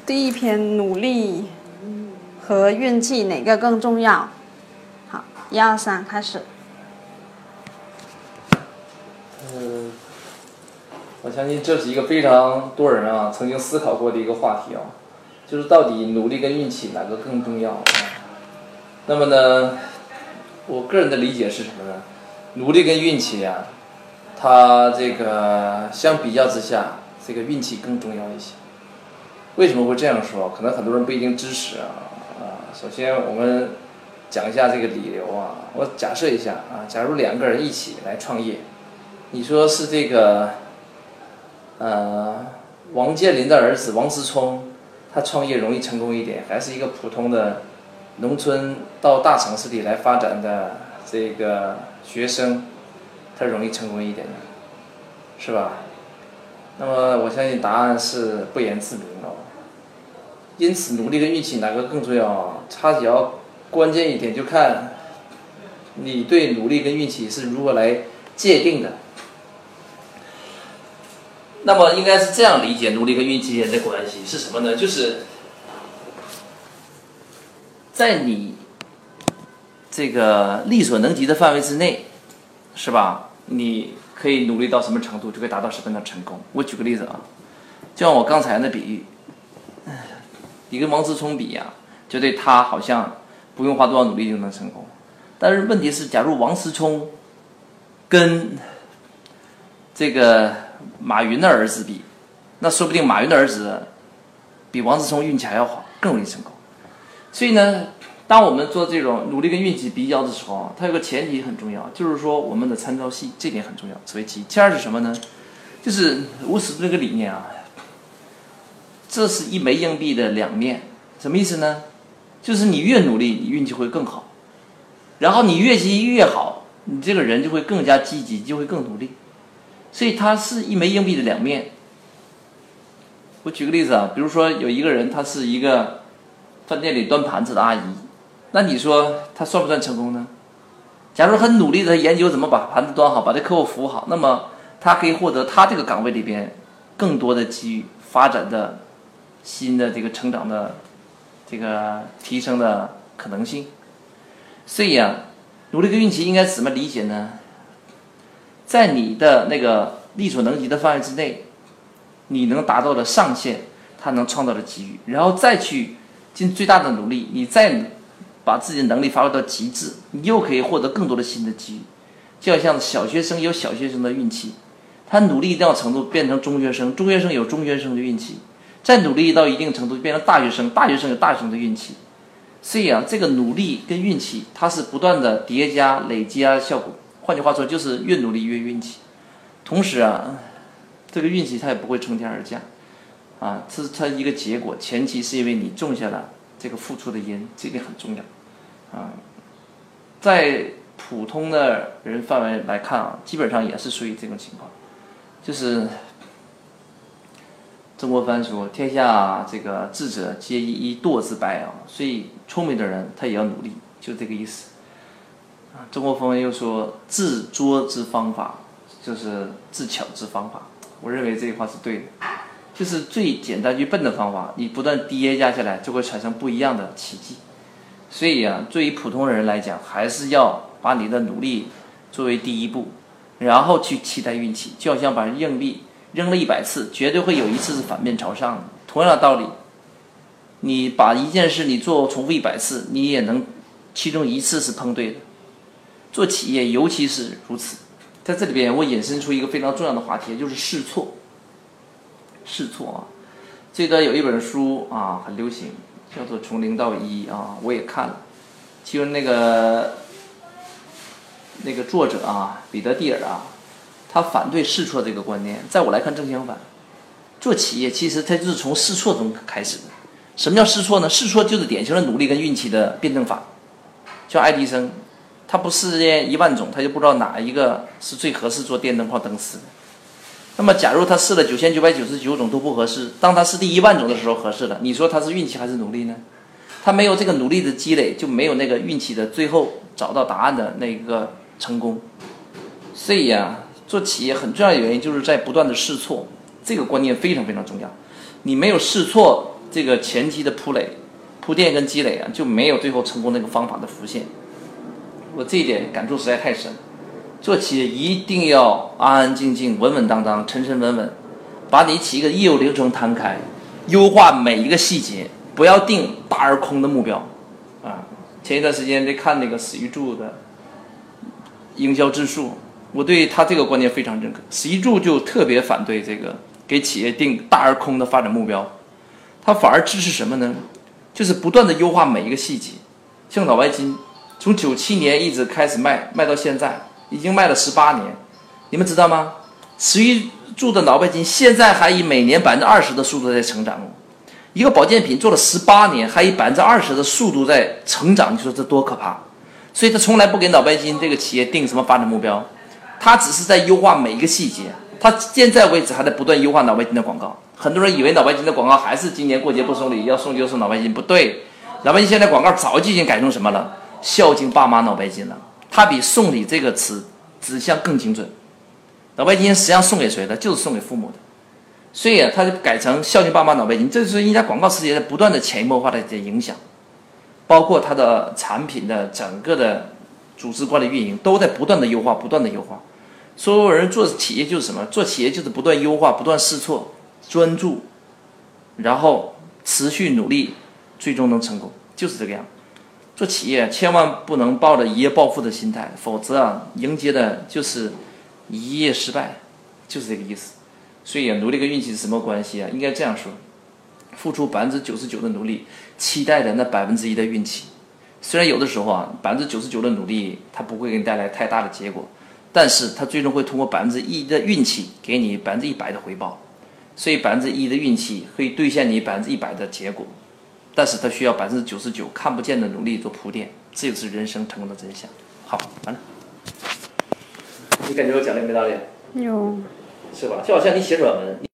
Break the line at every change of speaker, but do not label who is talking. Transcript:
第一篇努力和运气哪个更重要？好，1、2、3，开始。
我相信这是一个非常多人曾经思考过的一个话题就是到底努力跟运气哪个更重要那么呢，我个人的理解是什么呢？努力跟运气它这个相比较之下，这个运气更重要一些。为什么会这样说？可能很多人不一定支持首先我们讲一下这个理由我假设一下假如2个人一起来创业，你说是这个王健林的儿子王思聪，他创业容易成功一点，还是一个普通的农村到大城市里来发展的这个学生，他容易成功一点呢？是吧？那么我相信答案是不言自明因此，努力跟运气哪个更重要？它只要关键一点，就看你对努力跟运气是如何来界定的。那么应该是这样理解努力跟运气之间的关系是什么呢？就是在你这个力所能及的范围之内，是吧？你可以努力到什么程度，就可以达到什么样的成功。我举个例子就像我刚才的比喻，你跟王思聪比觉得他好像不用花多少努力就能成功。但是问题是，假如王思聪跟这个马云的儿子比，那说不定马云的儿子比王思聪运气还要好，更容易成功。所以呢，当我们做这种努力跟运气比较的时候，它有个前提很重要，就是说我们的参照系，这点很重要，此为其一。第二是什么呢？就是无始这个理念这是一枚硬币的2面。什么意思呢？就是你越努力，你运气会更好，然后你越积极越好，你这个人就会更加积极，就会更努力。所以它是一枚硬币的2面。我举个例子比如说有一个人，他是一个饭店里端盘子的阿姨，那你说他算不算成功呢？假如很努力的研究怎么把盘子端好，把这客户服务好，那么他可以获得他这个岗位里边更多的机遇，发展的新的这个成长的这个提升的可能性。所以努力跟运气应该怎么理解呢？在你的那个力所能及的范围之内，你能达到的上限，它能创造的机遇，然后再去尽最大的努力，你再把自己的能力发挥到极致，你又可以获得更多的新的机遇。就好像小学生有小学生的运气，他努力一定要程度变成中学生，中学生有中学生的运气，再努力到一定程度变成大学生，大学生有大学生的运气。所以这个努力跟运气它是不断的叠加累积效果。换句话说，就是越努力越运气。同时这个运气它也不会从天而降这是它一个结果，前提是因为你种下了这个付出的因，这点很重要在普通的人范围来看基本上也是属于这种情况。就是曾国藩说，天下这个智者皆以惰自败所以聪明的人他也要努力，就这个意思曾国藩又说，自拙之方法就是自巧之方法。我认为这句话是对的，就是最简单最笨的方法，你不断叠加下来就会产生不一样的奇迹。所以对于普通人来讲，还是要把你的努力作为第一步，然后去期待运气。就好像把硬币扔了100次，绝对会有1次是反面朝上的。同样的道理，你把一件事你做重复100次，你也能其中1次是碰对的。做企业尤其是如此。在这里边我引申出一个非常重要的话题，就是试错。试错这个有一本书很流行，叫做《从零到一》我也看了。其中那个作者彼得蒂尔他反对试错这个观念。在我来看正相反，做企业其实它就是从试错中开始的。什么叫试错呢？试错就是典型的努力跟运气的辩证法。像爱迪生，他不试验1万种，他就不知道哪一个是最合适做电灯泡灯丝的。那么假如他试了9999种都不合适，当他试第1万种的时候合适了，你说他是运气还是努力呢？他没有这个努力的积累，就没有那个运气的最后找到答案的那个成功。所以做企业很重要的原因就是在不断的试错，这个观念非常非常重要。你没有试错， 这个前期的铺垫跟积累啊，就没有最后成功那个方法的浮现。我这一点感触实在太深。做企业一定要安安静静、稳稳当当、沉沉稳稳，把你企业的业务流程摊开，优化每一个细节，不要定大而空的目标。啊，前一段时间在看那个史玉柱的营销之术，我对他这个观点非常认可。史玉柱就特别反对这个给企业定大而空的发展目标，他反而支持什么呢？就是不断的优化每一个细节。像脑白金，从97年一直开始卖到现在，已经卖了18年，你们知道吗？史玉柱的脑白金现在还以每年20%的速度在成长。一个保健品做了18年，还以20%的速度在成长，你说这多可怕？所以他从来不给脑白金这个企业定什么发展目标，他只是在优化每一个细节。他现在为止还在不断优化脑白金的广告。很多人以为脑白金的广告还是今年过节不送礼，要送就送脑白金，不对。脑白金现在广告早就已经改成什么了？孝敬爸妈脑白金了。它比送礼这个词指向更精准。脑白金实际上送给谁的？就是送给父母的。所以啊，它就改成孝敬爸妈脑白金，这就是人家广告世界在不断的潜移默化的在影响，包括它的产品的整个的组织管理运营都在不断的优化，不断的优化。所有人做企业就是什么？做企业就是不断优化，不断试错，专注，然后持续努力，最终能成功，就是这个样。做企业千万不能抱着一夜暴富的心态，否则啊，迎接的就是一夜失败，就是这个意思。所以啊，努力跟运气是什么关系啊？应该这样说：付出99%的努力，期待着那1%的运气。虽然有的时候啊，99%的努力它不会给你带来太大的结果，但是它最终会通过1%的运气给你100%的回报。所以1%的运气可以兑现你100%的结果，但是它需要99%看不见的努力做铺垫，这就是人生成功的真相。好，完了。你感觉我讲的没道理？
有。
是吧？就好像你写软文。